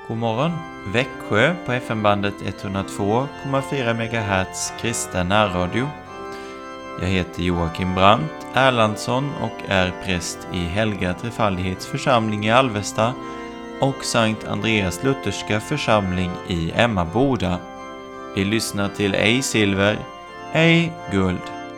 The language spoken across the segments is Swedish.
God morgon, Växjö på FM-bandet 102,4 MHz kristen närradio. Jag heter Joakim Brandt Erlandsson och är präst i Helga Trefaldighets församling i Alvesta och Sankt Andreas Lutherska församling i Emmaboda. Vi lyssnar till ej silver, ej guld.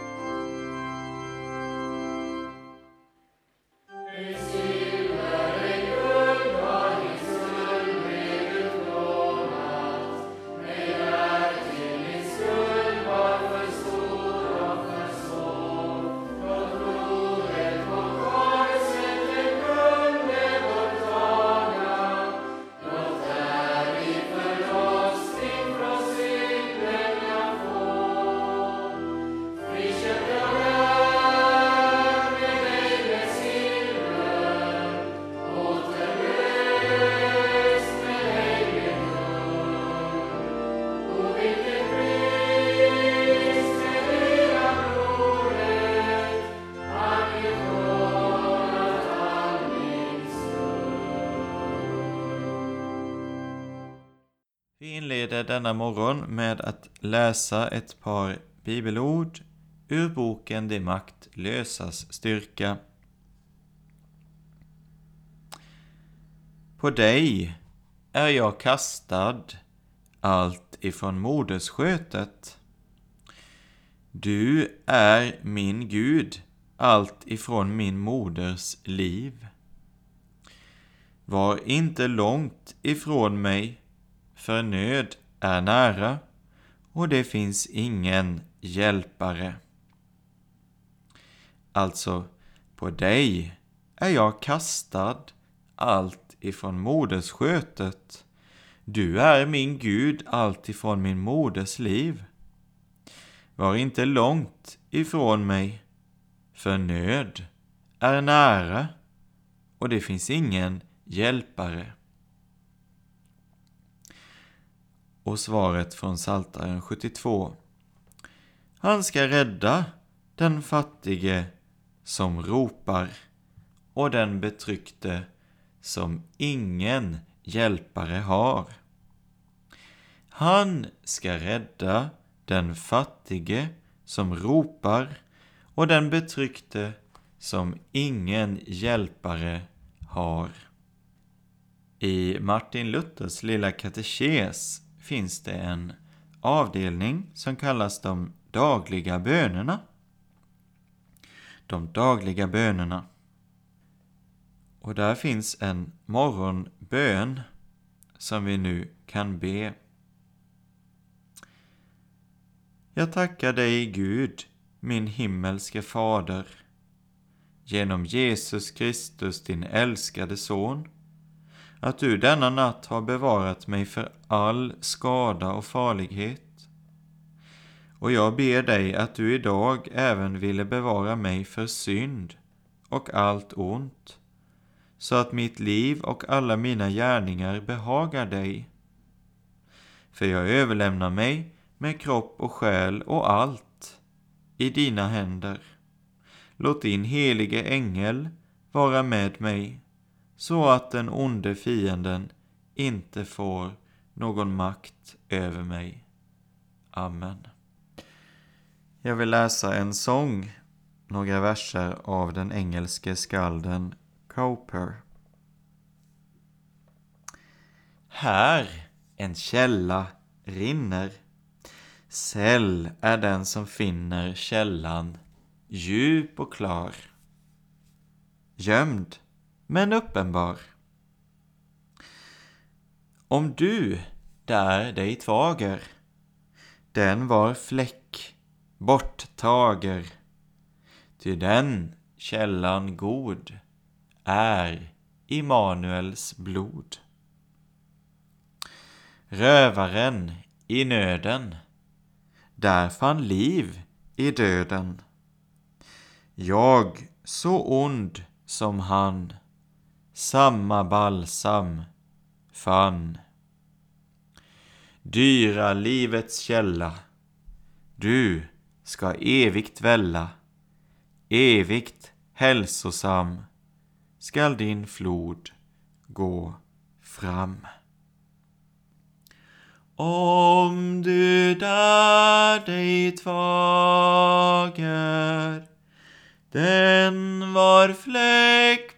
Vi inleder denna morgon med att läsa ett par bibelord ur boken Det maktlösas styrka. På dig är jag kastad, allt ifrån moderskötet. Du är min Gud, allt ifrån min moders liv. Var inte långt ifrån mig, för nöd är nära, och det finns ingen hjälpare. Alltså, på dig är jag kastad, allt ifrån moderskötet. Du är min Gud, allt ifrån min moders liv. Var inte långt ifrån mig, för nöd är nära, och det finns ingen hjälpare. Och svaret från Psaltaren 72. Han ska rädda den fattige som ropar och den betryckte som ingen hjälpare har. Han ska rädda den fattige som ropar och den betryckte som ingen hjälpare har. I Martin Luthers lilla katekes finns det en avdelning som kallas de dagliga bönerna. De dagliga bönerna. Och där finns en morgonbön som vi nu kan be. Jag tackar dig, Gud, min himmelske fader, genom Jesus Kristus, din älskade son, att du denna natt har bevarat mig för all skada och farlighet. Och jag ber dig att du idag även ville bevara mig för synd och allt ont, så att mitt liv och alla mina gärningar behagar dig. För jag överlämnar mig med kropp och själ och allt i dina händer. Låt din helige ängel vara med mig, så att den onde fienden inte får någon makt över mig. Amen. Jag vill läsa en sång, några verser av den engelske skalden Cowper. Här en källa rinner, säll är den som finner källan, djup och klar, gömd men uppenbar. Om du där dig tvager, den var fläck borttager, ty den källan god är Immanuels blod. Rövaren i nöden, där fann liv i döden. Jag så ond som han, samma balsam fann. Dyra livets källa, du ska evigt välla, evigt hälsosam skall din flod gå fram. Om du där dig tvager, den var fläck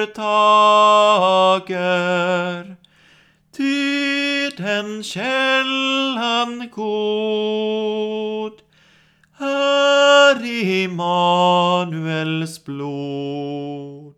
borttager, ty den källan god är Immanuels blod.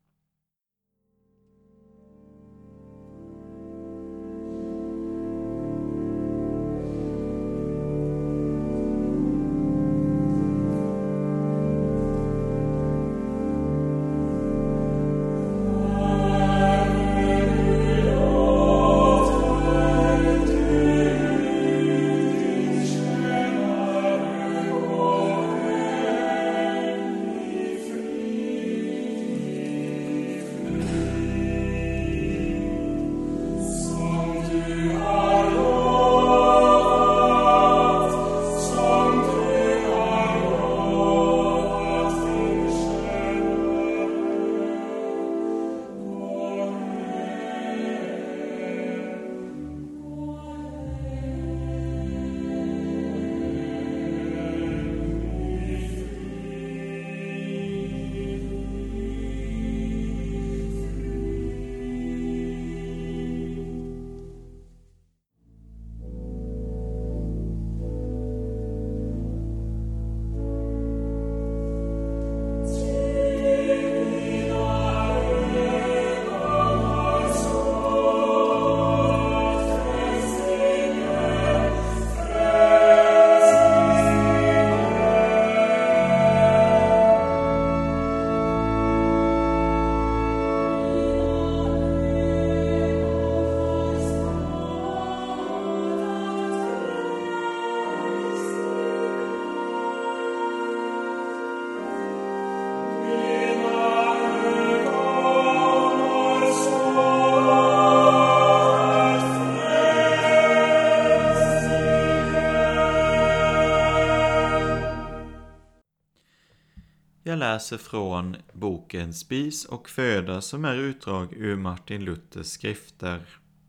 Jag läser från boken Spis och föda som är utdrag ur Martin Luthers skrifter.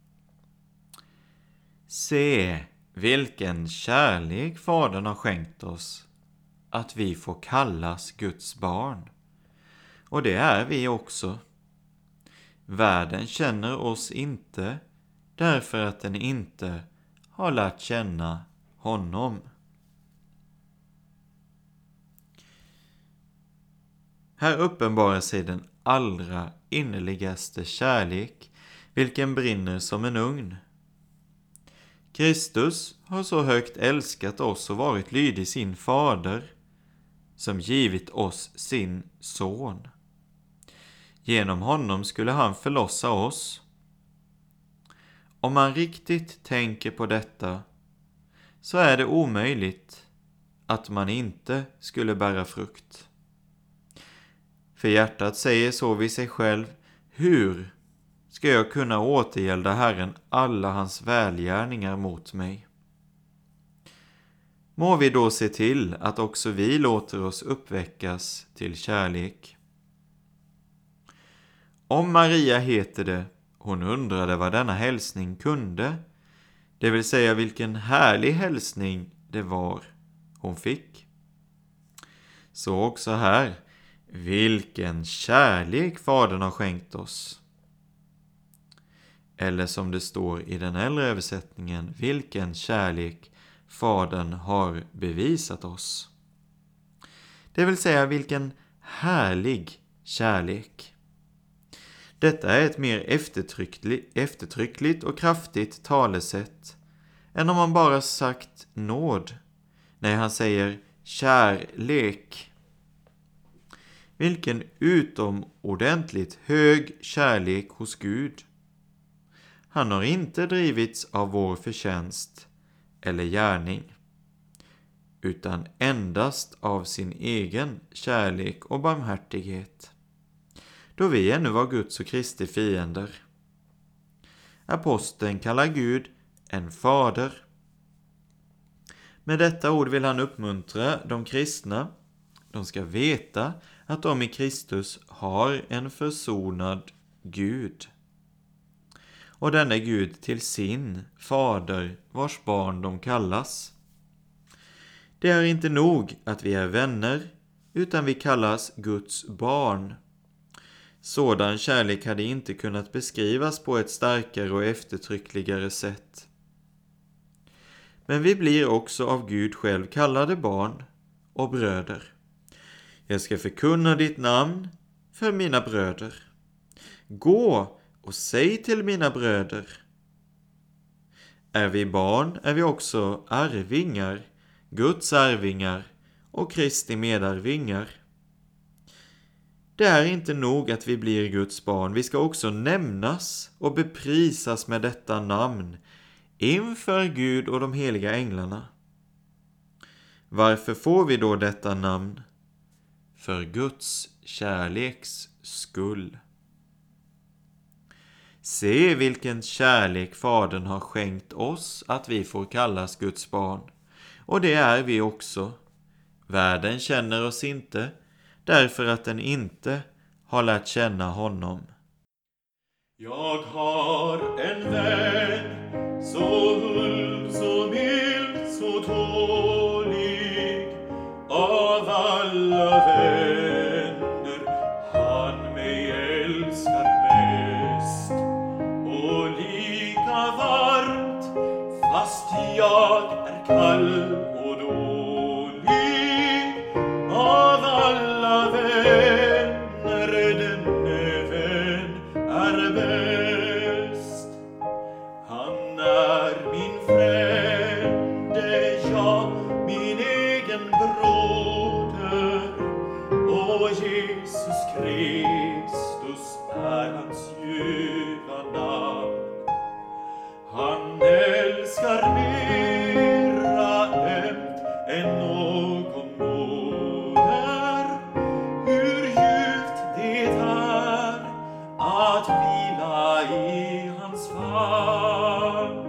Se, vilken kärlek Fadern har skänkt oss, att vi får kallas Guds barn. Och det är vi också. Världen känner oss inte, därför att den inte har lärt känna honom. Här uppenbarar sig den allra innerligaste kärlek, vilken brinner som en ugn. Kristus har så högt älskat oss och varit lydig sin fader, som givit oss sin son. Genom honom skulle han förlossa oss. Om man riktigt tänker på detta, så är det omöjligt att man inte skulle bära frukt. För hjärtat säger så vid sig själv: hur ska jag kunna återgälda Herren alla hans välgärningar mot mig? Må vi då se till att också vi låter oss uppväckas till kärlek. Om Maria heter det, hon undrade vad denna hälsning kunde, det vill säga vilken härlig hälsning det var hon fick. Så också här, vilken kärlek Fadern har skänkt oss. Eller som det står i den äldre översättningen, vilken kärlek Fadern har bevisat oss. Det vill säga vilken härlig kärlek. Detta är ett mer eftertryckligt och kraftigt talesätt än om man bara sagt nåd, när han säger kärlek. Vilken utomordentligt hög kärlek hos Gud. Han har inte drivits av vår förtjänst eller gärning, utan endast av sin egen kärlek och barmhärtighet, då vi ännu var Guds och Kristi fiender. Aposteln kallar Gud en fader. Med detta ord vill han uppmuntra de kristna. De ska veta att de i Kristus har en försonad Gud. och denne Gud till sin fader, vars barn de kallas. Det är inte nog att vi är vänner, utan vi kallas Guds barn. Sådan kärlek hade inte kunnat beskrivas på ett starkare och eftertryckligare sätt. Men vi blir också av Gud själv kallade barn och bröder. Jag ska förkunna ditt namn för mina bröder. Gå och säg till mina bröder. Är vi barn är vi också arvingar, Guds arvingar och Kristi medarvingar. Det är inte nog att vi blir Guds barn, vi ska också nämnas och beprisas med detta namn inför Gud och de heliga änglarna. Varför får vi då detta namn? För Guds kärleks skull. Se vilken kärlek Fadern har skänkt oss att vi får kallas Guds barn. Och det är vi också. Världen känner oss inte, därför att den inte har lärt känna honom. Jag har en vän, så huld, så mild, så tålig. Av alla vänner han mig älskar mest. Och lika varmt, fast jag är kall och dålig. Av alla vänner denne vän är bäst. Han är min frände, ja, min egen broder. Och Jesus Kristus är hans ljuva namn. Han älskar mera ömt än någon moder. Hur djupt det är att vila i hans famn.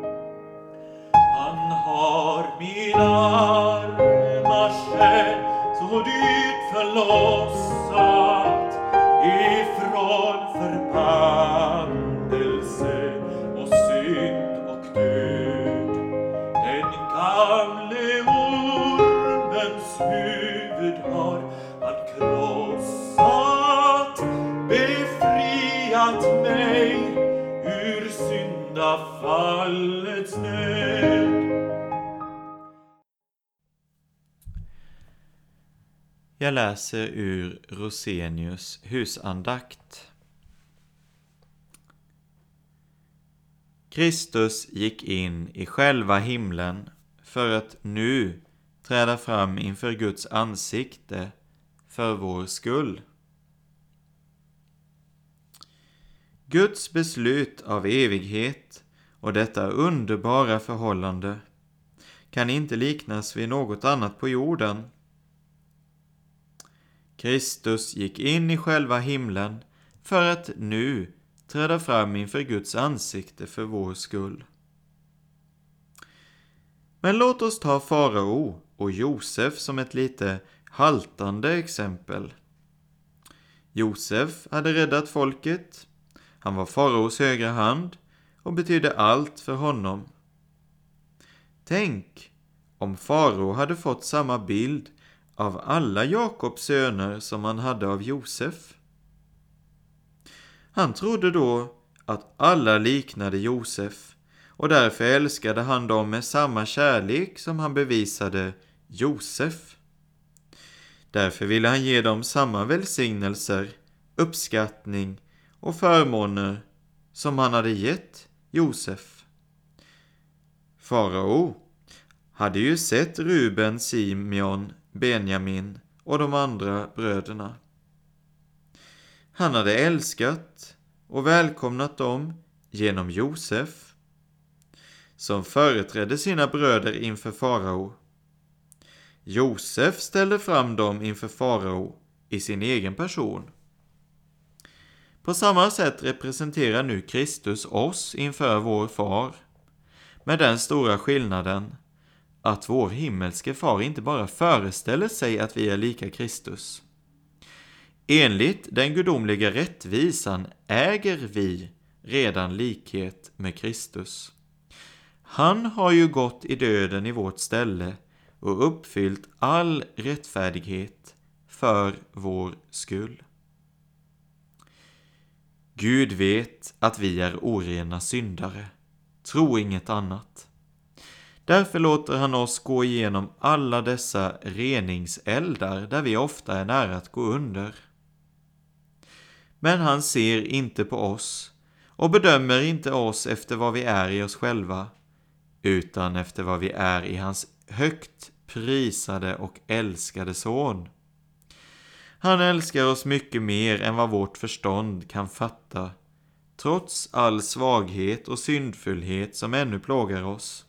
Han har min arma själ så dyrt förlossat ifrån förbannelse och synd och död. Den gamle ormens huvud har han krossat, befriat mig ur syndafallets nöd. Jag läser ur Rosenius husandakt. Kristus gick in i själva himlen för att nu träda fram inför Guds ansikte för vår skull. Guds beslut av evighet och detta underbara förhållande kan inte liknas vid något annat på jorden. Kristus gick in i själva himlen för att nu träda fram inför Guds ansikte för vår skull. Men låt oss ta farao och Josef som ett lite haltande exempel. Josef hade räddat folket. Han var faraos högra hand och betydde allt för honom. Tänk om farao hade fått samma bild av alla Jakobs söner som han hade av Josef. Han trodde då att alla liknade Josef och därför älskade han dem med samma kärlek som han bevisade Josef. Därför ville han ge dem samma välsignelser, uppskattning och förmåner som han hade gett Josef. Farao hade ju sett Ruben, Simeon, Benjamin och de andra bröderna. Han hade älskat och välkomnat dem genom Josef, som företrädde sina bröder inför farao. Josef ställde fram dem inför farao i sin egen person. På samma sätt representerar nu Kristus oss inför vår far, med den stora skillnaden att vår himmelske far inte bara föreställer sig att vi är lika Kristus. Enligt den gudomliga rättvisan äger vi redan likhet med Kristus. Han har ju gått i döden i vårt ställe och uppfyllt all rättfärdighet för vår skull. Gud vet att vi är orena syndare. Tro inget annat. Därför låter han oss gå igenom alla dessa reningseldar där vi ofta är nära att gå under. Men han ser inte på oss och bedömer inte oss efter vad vi är i oss själva, utan efter vad vi är i hans högt prisade och älskade son. Han älskar oss mycket mer än vad vårt förstånd kan fatta, trots all svaghet och syndfullhet som ännu plågar oss.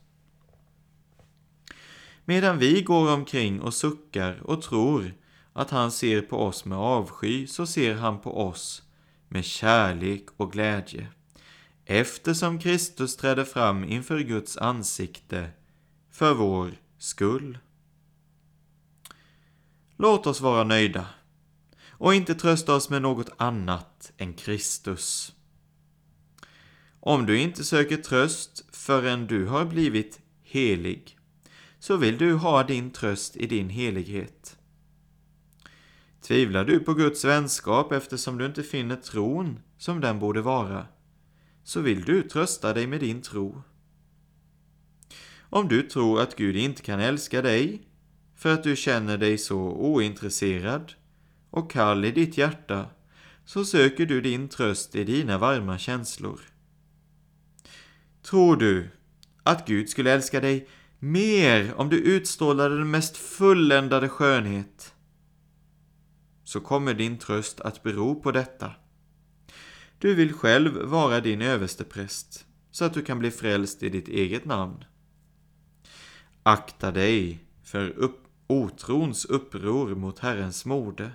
Medan vi går omkring och suckar och tror att han ser på oss med avsky, så ser han på oss med kärlek och glädje, eftersom Kristus trädde fram inför Guds ansikte för vår skull. Låt oss vara nöjda och inte trösta oss med något annat än Kristus. Om du inte söker tröst förrän du har blivit helig, så vill du ha din tröst i din helighet. Tvivlar du på Guds vänskap eftersom du inte finner tron som den borde vara, så vill du trösta dig med din tro. Om du tror att Gud inte kan älska dig för att du känner dig så ointresserad och kall i ditt hjärta, så söker du din tröst i dina varma känslor. Tror du att Gud skulle älska dig mer om du utstrålade den mest fulländade skönhet, så kommer din tröst att bero på detta. Du vill själv vara din överstepräst, så att du kan bli frälst i ditt eget namn. Akta dig för otrons uppror mot Herrens mode.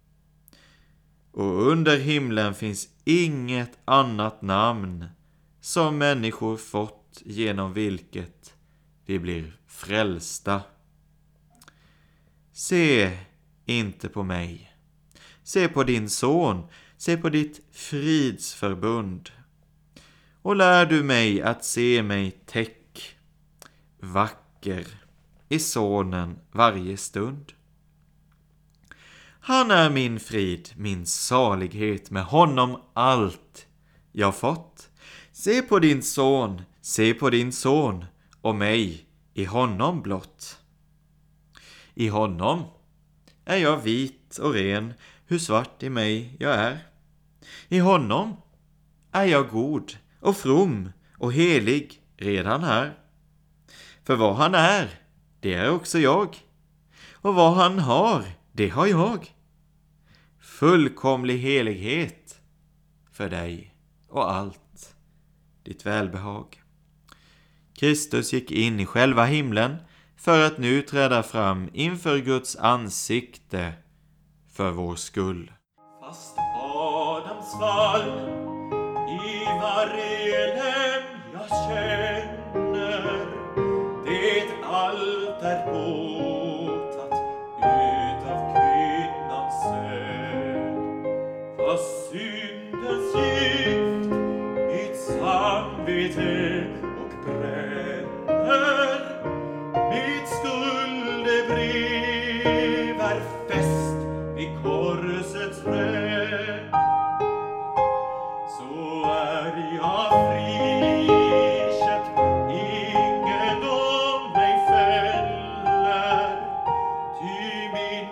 Och under himlen finns inget annat namn som människor fått genom vilket vi blir frälsta. Se inte på mig. Se på din son. Se på ditt fridsförbund. Och lär du mig att se mig täck, vacker i sonen varje stund. Han är min frid, min salighet, med honom allt jag fått. Se på din son och mig i honom blott. I honom är jag vit och ren, hur svart i mig jag är. I honom är jag god och from och helig redan här. För vad han är, det är också jag. Och vad han har, det har jag. Fullkomlig helighet för dig och allt ditt välbehag. Kristus gick in i själva himlen för att nu träda fram inför Guds ansikte för vår skull. Fast Adams fall i varelen jag känner, det allt är båtat utav kvinnans säd. Fast syndens gift mitt samvete och bränner, mitt skuldebrev är fäst vid korsets träd, så är jag friköpt, ingen om mig fäller, ty min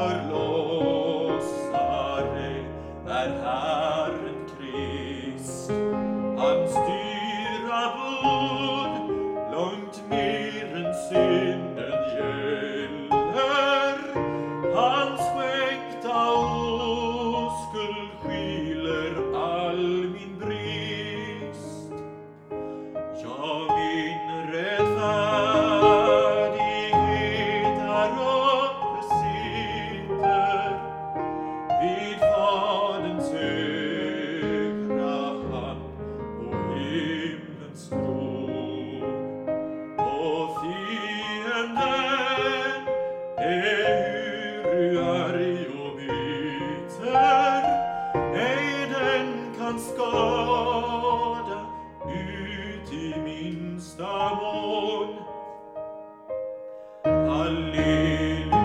förlossare är Herren Krist. Hans dyra blod långt mer än synden gäller, hans skänkta oskuld skyler all min brist. Ja, min rättfärdighet är uppsitter vid Faderns högra hand på himlens tron. högsta mån. Halleluja,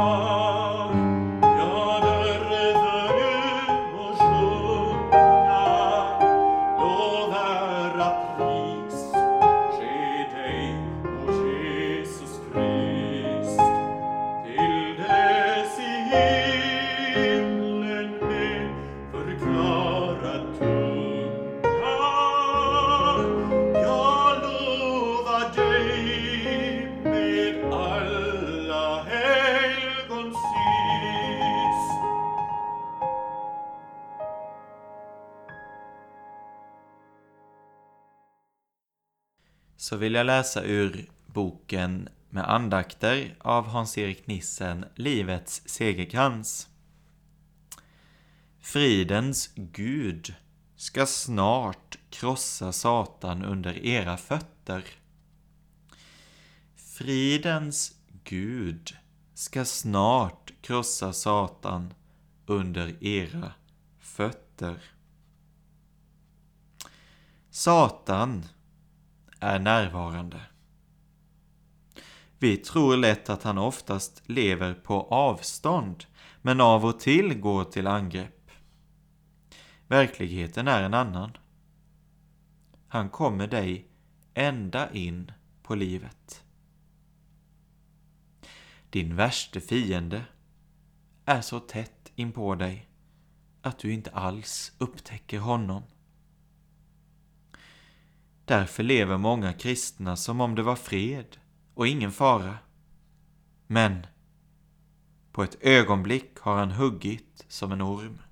ja, därför nu må sjunga, lov, ära, pris ske dig, o Jesus Krist, till dess i himlen med förklarad tunga. Jag lovar dig med alla helgons syst. Så vill jag läsa ur boken med andakter av Hans-Erik Nissen, Livets segerkrans. Fridens Gud ska snart krossa Satan under era fötter. Fridens Gud ska snart krossa Satan under era fötter. Satan är närvarande. Vi tror lätt att han oftast lever på avstånd, men av och till går till angrepp. Verkligheten är en annan. Han kommer dig ända in på livet. Din värste fiende är så tätt in på dig att du inte alls upptäcker honom. Därför lever många kristna som om det var fred och ingen fara. Men på ett ögonblick har han huggit som en orm.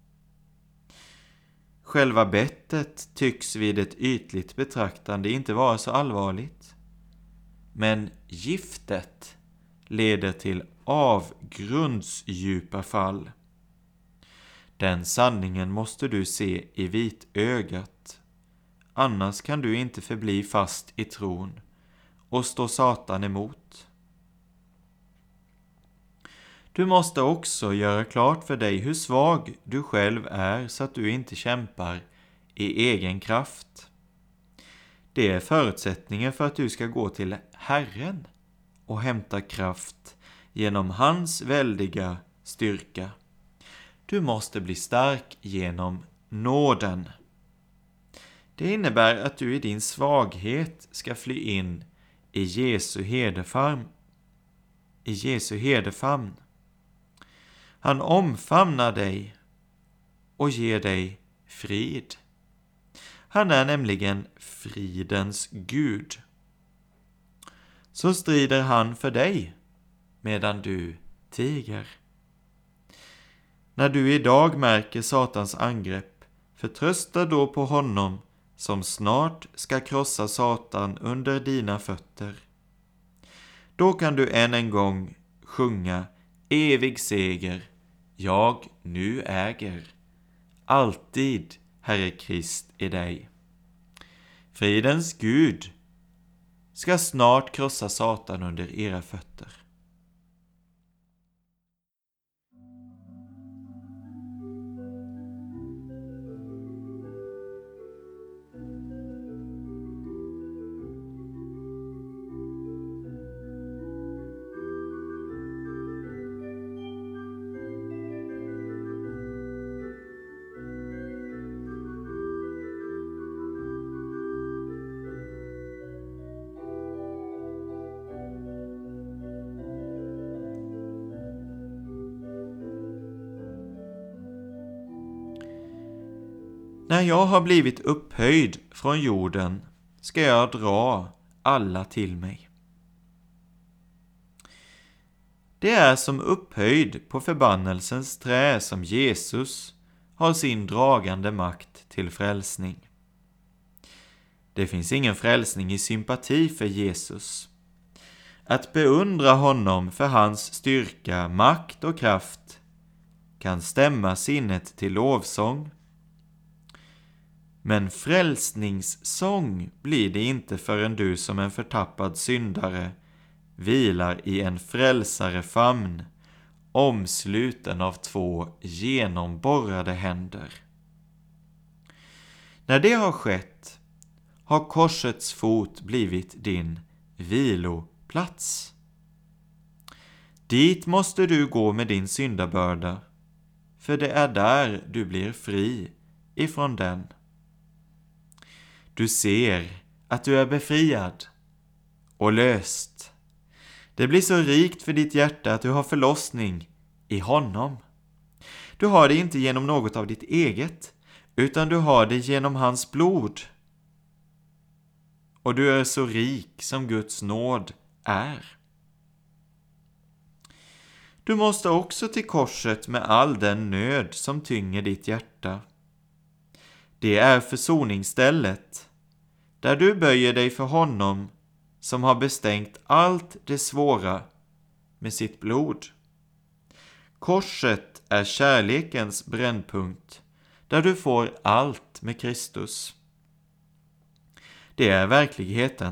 Själva bettet tycks vid ett ytligt betraktande inte vara så allvarligt. Men giftet leder till avgrundsdjupa fall. Den sanningen måste du se i vitögat. Annars kan du inte förbli fast i tron och stå Satan emot. Du måste också göra klart för dig hur svag du själv är så att du inte kämpar i egen kraft. Det är förutsättningen för att du ska gå till Herren och hämta kraft genom hans väldiga styrka. Du måste bli stark genom nåden. Det innebär att du i din svaghet ska fly in i Jesu herdefamn. Han omfamnar dig och ger dig frid. Han är nämligen fridens Gud. Så strider han för dig medan du tiger. När du idag märker Satans angrepp, förtrösta då på honom som snart ska krossa Satan under dina fötter. Då kan du än en gång sjunga evig seger, jag nu äger, alltid Herre Krist i dig. Fridens Gud ska snart krossa Satan under era fötter. När jag har blivit upphöjd från jorden ska jag dra alla till mig. Det är som upphöjd på förbannelsens trä som Jesus har sin dragande makt till frälsning. Det finns ingen frälsning i sympati för Jesus. Att beundra honom för hans styrka, makt och kraft kan stämma sinnet till lovsång. Men frälsningssång blir det inte förrän du som en förtappad syndare vilar i en frälsare famn, omsluten av 2 genomborrade händer. När det har skett har korsets fot blivit din viloplats. Dit måste du gå med din syndabörda, för det är där du blir fri ifrån den. Du ser att du är befriad och löst. Det blir så rikt för ditt hjärta att du har förlossning i honom. Du har det inte genom något av ditt eget, utan du har det genom hans blod. Och du är så rik som Guds nåd är. Du måste också till korset med all den nöd som tynger ditt hjärta. Det är försoningsstället, där du böjer dig för honom som har bestängt allt det svåra med sitt blod. Korset är kärlekens brännpunkt, där du får allt med Kristus. Det är verkligheten,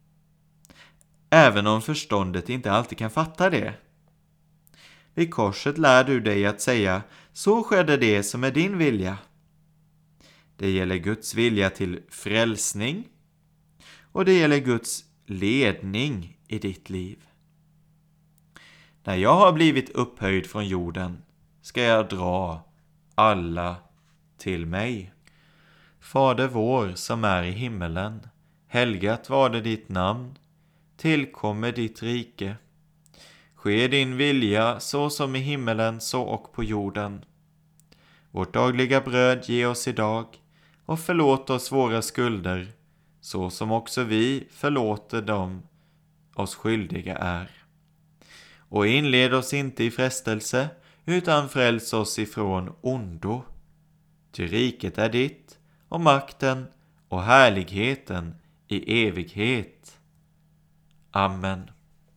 även om förståndet inte alltid kan fatta det. Vid korset lär du dig att säga, så skedde det som är din vilja. Det gäller Guds vilja till frälsning, och det gäller Guds ledning i ditt liv. När jag har blivit upphöjd från jorden ska jag dra alla till mig. Fader vår som är i himmelen, helgat varde ditt namn, tillkommer ditt rike. Ske din vilja så som i himmelen så och på jorden. Vårt dagliga bröd ge oss idag, och förlåt oss våra skulder, så som också vi förlåter dem oss skyldiga är. Och inled oss inte i frestelse, utan fräls oss ifrån ondo. Ty riket är ditt, och makten och härligheten i evighet. Amen.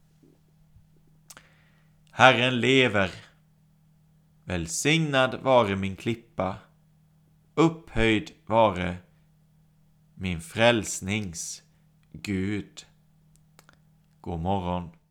Herren lever. Välsignad vare min klippa. Upphöjd vare min frälsnings Gud. God morgon.